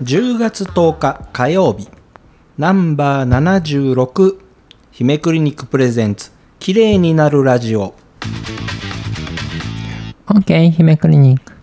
10月10日火曜日、ナンバー76、姫クリニックプレゼンツ綺麗になるラジオ。 OK 姫クリニック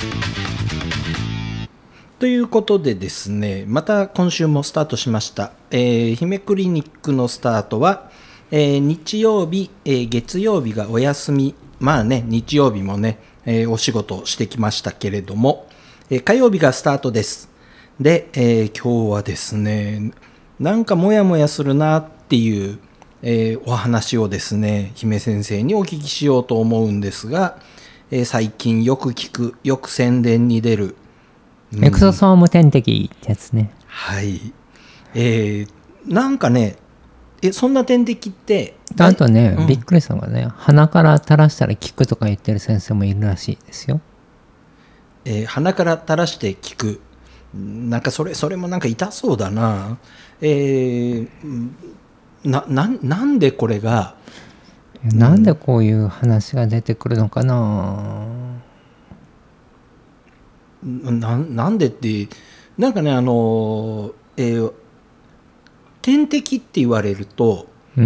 ということでですね、また今週もスタートしました。姫クリニックのスタートは、日曜日、月曜日がお休み、まあね、日曜日もね、お仕事してきましたけれども、火曜日がスタートです。で、今日はですね、なんかモヤモヤするなっていう、お話をですね、姫先生にお聞きしようと思うんですが、最近よく聞く、よく宣伝に出る、 エクソソーム点滴ってやつね。 はい。なんかね、そんな点滴って、 あとね、びっくりしたのがね、鼻から垂らしたら効くとか言ってる先生もいるらしいですよ。 鼻から垂らして効く。なんかそれもなんか痛そうだな。なんでこれが、 なんでこういう話が出てくるのかな。 なんでって、なんかね、点滴って言われると、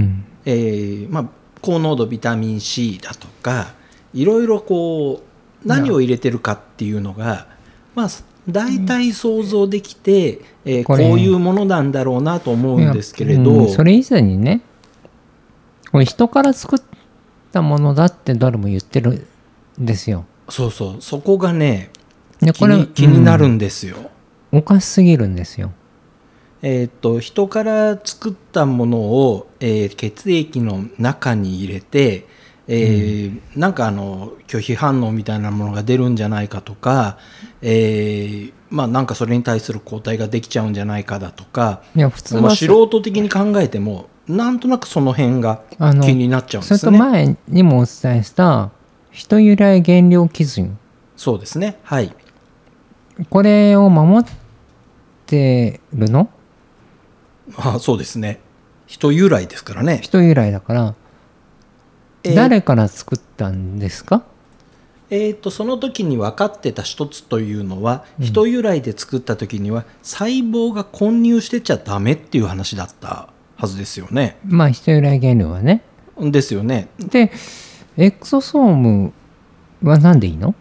高濃度ビタミン C だとか、いろいろこう何を入れてるかっていうのが、大体想像できて、こういうものなんだろうなと思うんですけれど、 それ以前にね、これ人から作ったものだって誰も言ってるんですよ。 そうそう、そこがね、 これ気になるんですよ。 おかしすぎるんですよ。 人から作ったものを、血液の中に入れて、なんか拒否反応みたいなものが出るんじゃないかとか、なんかそれに対する抗体ができちゃうんじゃないかだとか、 いや普通は素人的に考えてもなんとなくその辺が気になっちゃうんですね。 それと前にもお伝えした人由来原料基準、 そうですね、はい、 これを守ってるの？ そうですね、人由来ですからね。 人由来だから、誰から作ったんですか？ その時に分かってた一つというのは、人由来で作った時には細胞が混入してちゃダメっていう話だったはずですよね。 人由来原料はね。 ですよね。 でエクソソームは何でいいの？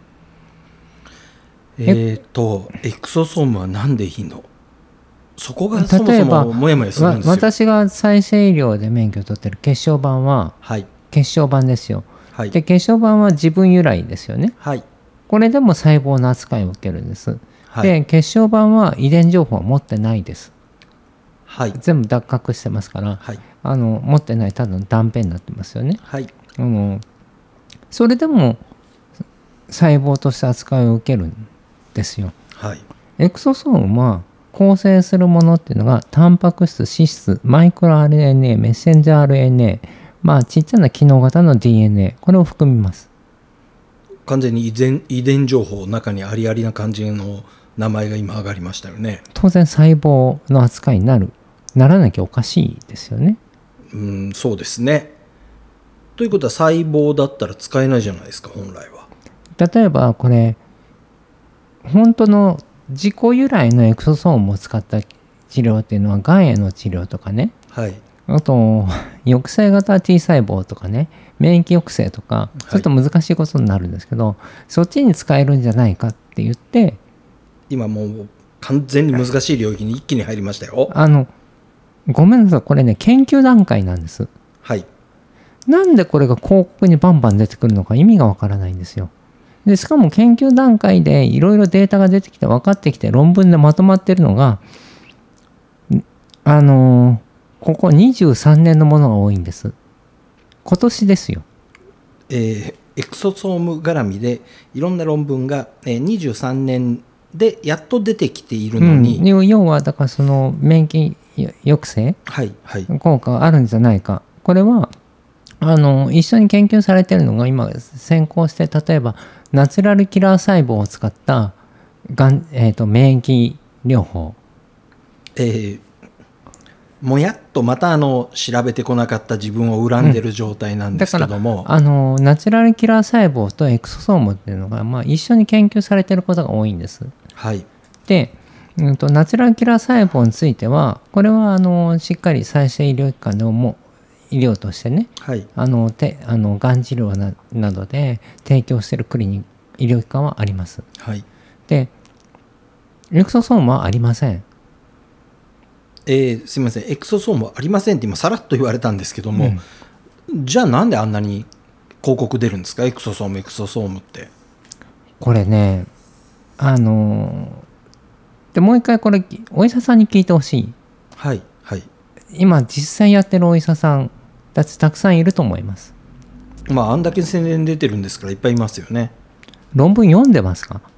エクソソームは何でいいの？そこがそもそももやもやするんですよ。 私が再生医療で免許を取ってる血小板は、血小板ですよ。で血小板は自分由来ですよね。これでも細胞の扱いを受けるんです。で血小板は遺伝情報は持ってないです。全部脱核してますから、持ってないただの断片になってますよね。それでも細胞として扱いを受けるんですよ。エクソソームは構成するものっていうのがタンパク質、脂質、マイクロ RNA、メッセンジャー RNA、ちっちゃな機能型の DNA、これを含みます。 完全に遺伝情報中にありありな感じの名前が今上がりましたよね。 当然細胞の扱いにならなきゃおかしいですよね。 そうですね。ということは細胞だったら使えないじゃないですか、本来は。 例えばこれ本当の自己由来のエクソソームを使った治療っていうのはがんへの治療とかね、あと抑制型 T 細胞とかね、免疫抑制とかちょっと難しいことになるんですけど、そっちに使えるんじゃないかって言って、 今もう完全に難しい領域に一気に入りましたよ。 ごめんなさい、これね研究段階なんです。なんでこれが広告にバンバン出てくるのか意味がわからないんですよ。でしかも研究段階でいろいろデータが出てきて分かってきて論文でまとまってるのがここ23年のものが多いんです。今年ですよ。 エクソソーム絡みでいろんな論文が23年でやっと出てきているのに、 要はだからその免疫抑制効果があるんじゃないか。これは一緒に研究されているのが今先行して、例えばナチュラルキラー細胞を使った免疫療法、 もやっとまた調べてこなかった自分を恨んでる状態なんですけども、 ナチュラルキラー細胞とエクソソームっていうのが、一緒に研究されていることが多いんです。でナチュラルキラー細胞についてはこれはしっかり再生医療機関でも医療としてね、 はい、 がん治療などで提供しているクリニック医療機関はあります。 はい、 でエクソソームはありません。 すみません、エクソソームはありませんって今さらっと言われたんですけども、じゃあなんであんなに広告出るんですか、エクソソームエクソソームって。 これねでもう一回これお医者さんに聞いてほしい。 はいはい。 今実際やってるお医者さんたちたくさんいると思います。 まああんだけ宣伝出てるんですからいっぱいいますよね。 論文読んでますか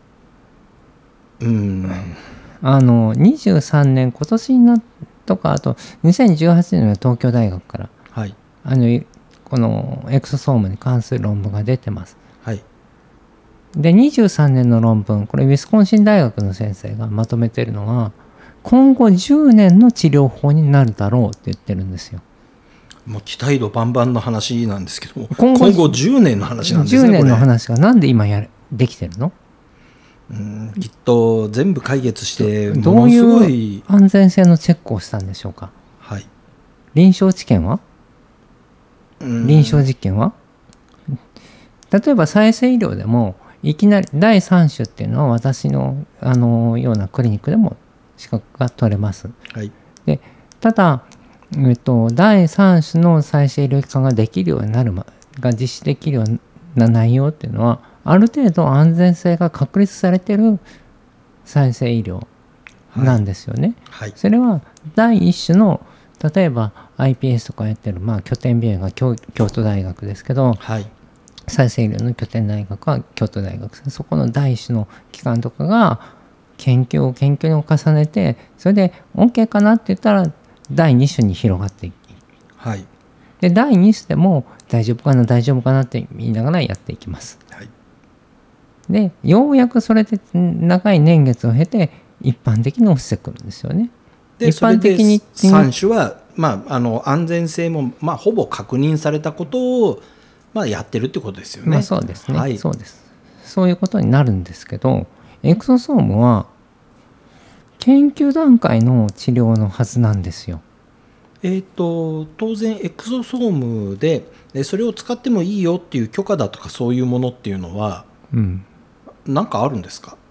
？23年今年にとかあと2018年の東京大学から、 はい、 このエクソソームに関する論文が出てます。 はい、 で23年の論文、これウィスコンシン大学の先生がまとめてるのが今後10年の治療法になるだろうって言ってるんですよ。 もう期待度バンバンの話なんですけども、今後10年の話なんですね。 10年の話がなんで今できてるの？ きっと全部解決してどういう安全性のチェックをしたんでしょうか。 はい、 臨床治験は？臨床実験は？例えば再生医療でもいきなり第3種っていうのは私のようなクリニックでも資格が取れます。 はい、 でただ、第3種の再生医療機関ができるようになるが実施できるような内容っていうのはある程度安全性が確立されている再生医療なんですよね。 はいはい、 それは第1種の例えば iPS とかやってる、拠点病院が京都大学ですけど、 はい、 再生医療の拠点大学は京都大学です。そこの第1種の機関とかが研究に重ねてそれで OK かなって言ったら第2種に広がっていき、 はい、 で第2種でも大丈夫かなって言いながらやっていきます。 はい、 でようやくそれで長い年月を経て一般的に落ちてくるんですよね。 で一般的に3種は、安全性も、ほぼ確認されたことを、やってるってことですよね。 そうですね、 はい、 そうです。そういうことになるんですけどエクソソームは研究段階の治療のはずなんですよ。 当然エクソソームでそれを使ってもいいよっていう許可だとかそういうものっていうのは、なんかあるんですか？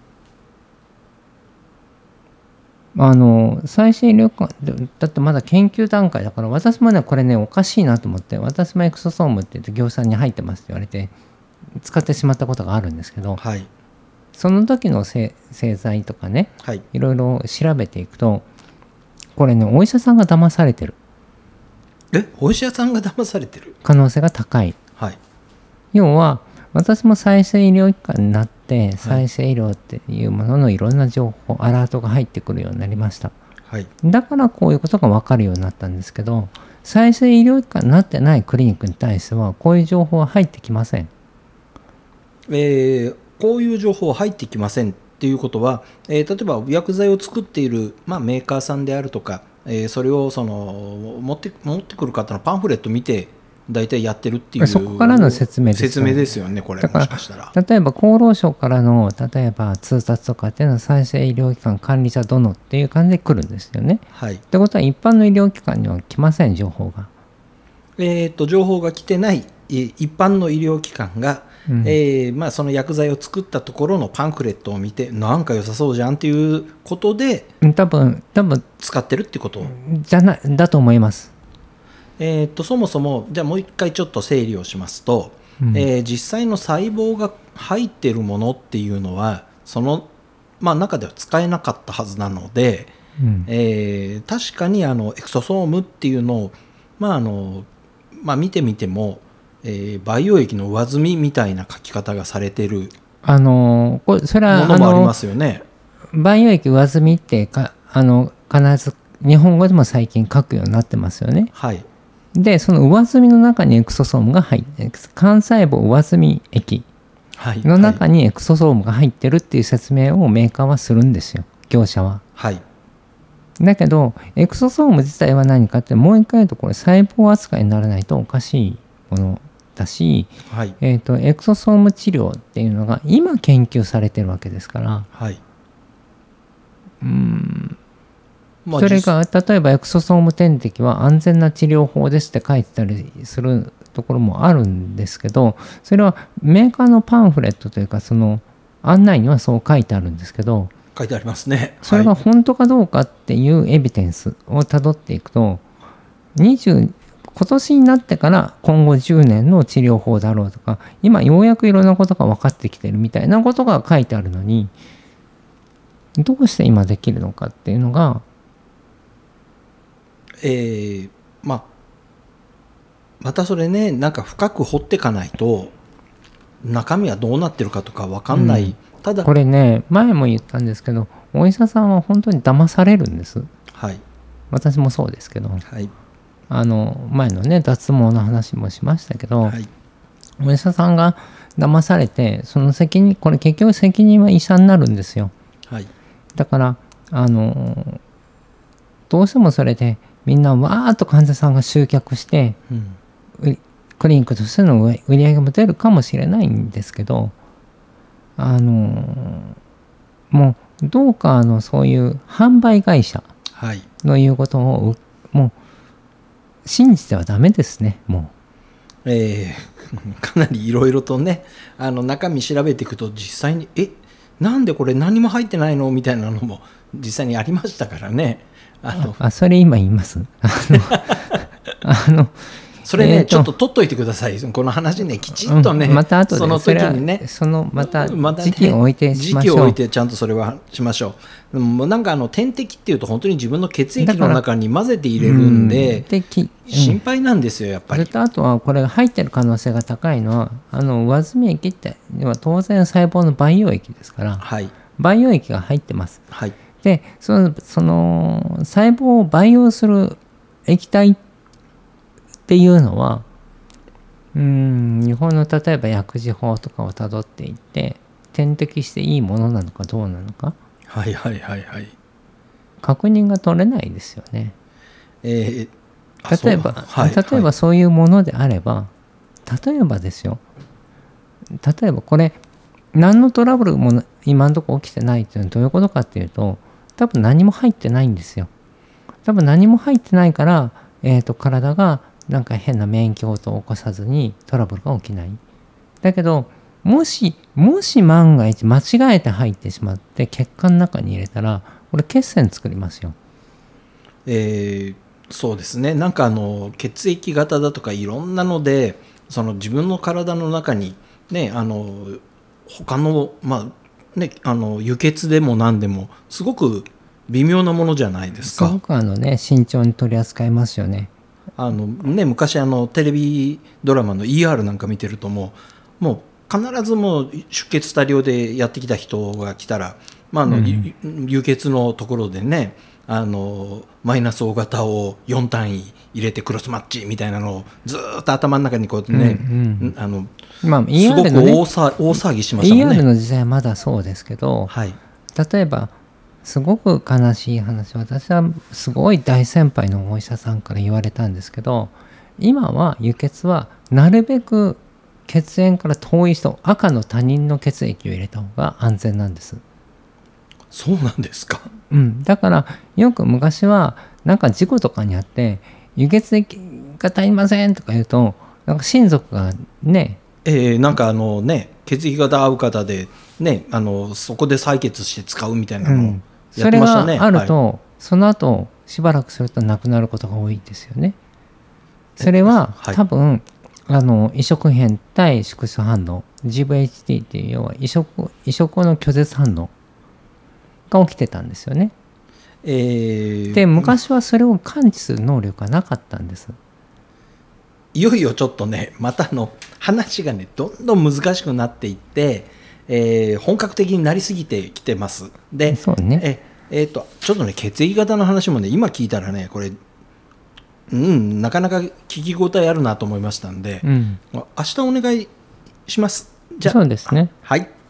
再生医療機関だってまだ研究段階だから私もねこれねおかしいなと思って私もエクソソームって言って業者に入ってますって言われて使ってしまったことがあるんですけど、 はい、 その時の製剤とかね、 はい、 いろいろ調べていくとこれねお医者さんが騙されてる。 お医者さんが騙されてる可能性が高い。 はい、 要は私も再生医療機関になって再生医療っていうもののいろんな情報アラートが入ってくるようになりました。 はい、 だからこういうことが分かるようになったんですけど再生医療機関になってないクリニックに対してはこういう情報は入ってきません。 こういう情報は入ってきませんっていうことは、例えば薬剤を作っている、メーカーさんであるとか、それを持ってくる方のパンフレット見て大体やってるっていうそこからの説明ですよね。これもしかしたら例えば厚労省からの例えば通達とかっていうのは再生医療機関管理者殿っていう感じで来るんですよね。 はい、 ってことは一般の医療機関には来ません情報が。 情報が来てない一般の医療機関が、その薬剤を作ったところのパンフレットを見てなんか良さそうじゃんっていうことで多分使ってるってことだと思います。 そもそもじゃあもう一回ちょっと整理をしますと、実際の細胞が入っているものっていうのはその、中では使えなかったはずなので、確かにエクソソームっていうのを、見てみても、培養液の上積みみたいな書き方がされてるそれはものもありますよね。 培養液上積みって必ず日本語でも最近書くようになってますよね。 はい、 でその上積みの中にエクソソームが入って幹細胞上積み液の中にエクソソームが入ってるっていう説明をメーカーはするんですよ業者は。 はい、 だけどエクソソーム自体は何かってもう一回言うとこれ細胞扱いにならないとおかしいものだし、 はい、 エクソソーム治療っていうのが今研究されてるわけですから、 はい、 それが例えばエクソソーム点滴は安全な治療法ですって書いてたりするところもあるんですけど、それはメーカーのパンフレットというかその案内にはそう書いてあるんですけど、 書いてありますね。 それが本当かどうかっていうエビデンスをたどっていくと、今年になってから今後10年の治療法だろうとか、今ようやくいろんなことが分かってきてるみたいなことが書いてあるのに、どうして今できるのかっていうのが、 またそれね、なんか深く掘っていかないと中身はどうなってるかとか分かんない、ただこれね、前も言ったんですけど、お医者さんは本当に騙されるんです。 はい、 私もそうですけど、 はい、 前のね脱毛の話もしましたけど、 はい、 お医者さんが騙されて、その責任、これ結局責任は医者になるんですよ。 はい、 だからどうしてもそれでみんなわーっと患者さんが集客して、クリニックとしての売り上げも出るかもしれないんですけど、もうどうかそういう販売会社の言うことをもう信じてはダメですね。もう、かなりいろいろとね、中身調べていくと実際になんでこれ何も入ってないのみたいなのも実際にありましたからね。 それ今言いますそれね、ちょっと取っといてください。この話ね、きちっとね、 また後でその時にね、 また時期を置いてしましょう。 時期を置いてちゃんとそれはしましょう。もうなんか点滴っていうと本当に自分の血液の中に混ぜて入れるんで、心配なんですよ、やっぱり。 あとはこれが入ってる可能性が高いのは、上澄液っては当然細胞の培養液ですから、 はい、 培養液が入ってます。 はい、 でその細胞を培養する液体っていうのは、日本の例えば薬事法とかをたどっていって点滴していいものなのかどうなのか、 はいはいはいはい、 確認が取れないですよね。例えばそういうものであれば、例えばですよ、例えばこれ何のトラブルも今のところ起きてないっていうのはどういうことかっていうと、多分何も入ってないんですよ。多分何も入ってないから、体がなんか変な免疫応答を起こさずにトラブルが起きない。だけどもし万が一間違えて入ってしまって血管の中に入れたら、これ血栓作りますよ。 そうですね。なんか血液型だとかいろんなので、その自分の体の中にね、他の輸血でも何でもすごく微妙なものじゃないですか。 すごく慎重に取り扱いますよね。 昔テレビドラマの ER なんか見てるともう必ずもう出血多量でやってきた人が来たら、輸血のところでね、マイナス O 型を4単位入れてクロスマッチみたいなのをずっと頭の中にこうやってね、すごく大騒ぎしましたもんね。 ER の時代はまだそうですけど、 はい、 例えばすごく悲しい話、私はすごい大先輩のお医者さんから言われたんですけど、今は輸血はなるべく血縁から遠い人、赤の他人の血液を入れた方が安全なんです。 そうなんですか。 だからよく昔はなんか事故とかにあって輸血液が足りませんとか言うと、なんか親族がね、 なんか血液型合う方でね、そこで採血して使うみたいなのをやってましたね。 それがあると、その後しばらくすると亡くなることが多いですよね。それは多分移植変対縮小反応 GVHD っていう、要は移植後の拒絶反応が起きてたんですよね。で昔はそれを感知する能力がなかったんです。 いよいよちょっとね、また話がねどんどん難しくなっていって、本格的になりすぎてきてます。で、 そうね、 ちょっとね血液型の話もね今聞いたらね、これなかなか聞き応えあるなと思いましたんで、明日お願いします。じゃあ、 そうですね。 はい。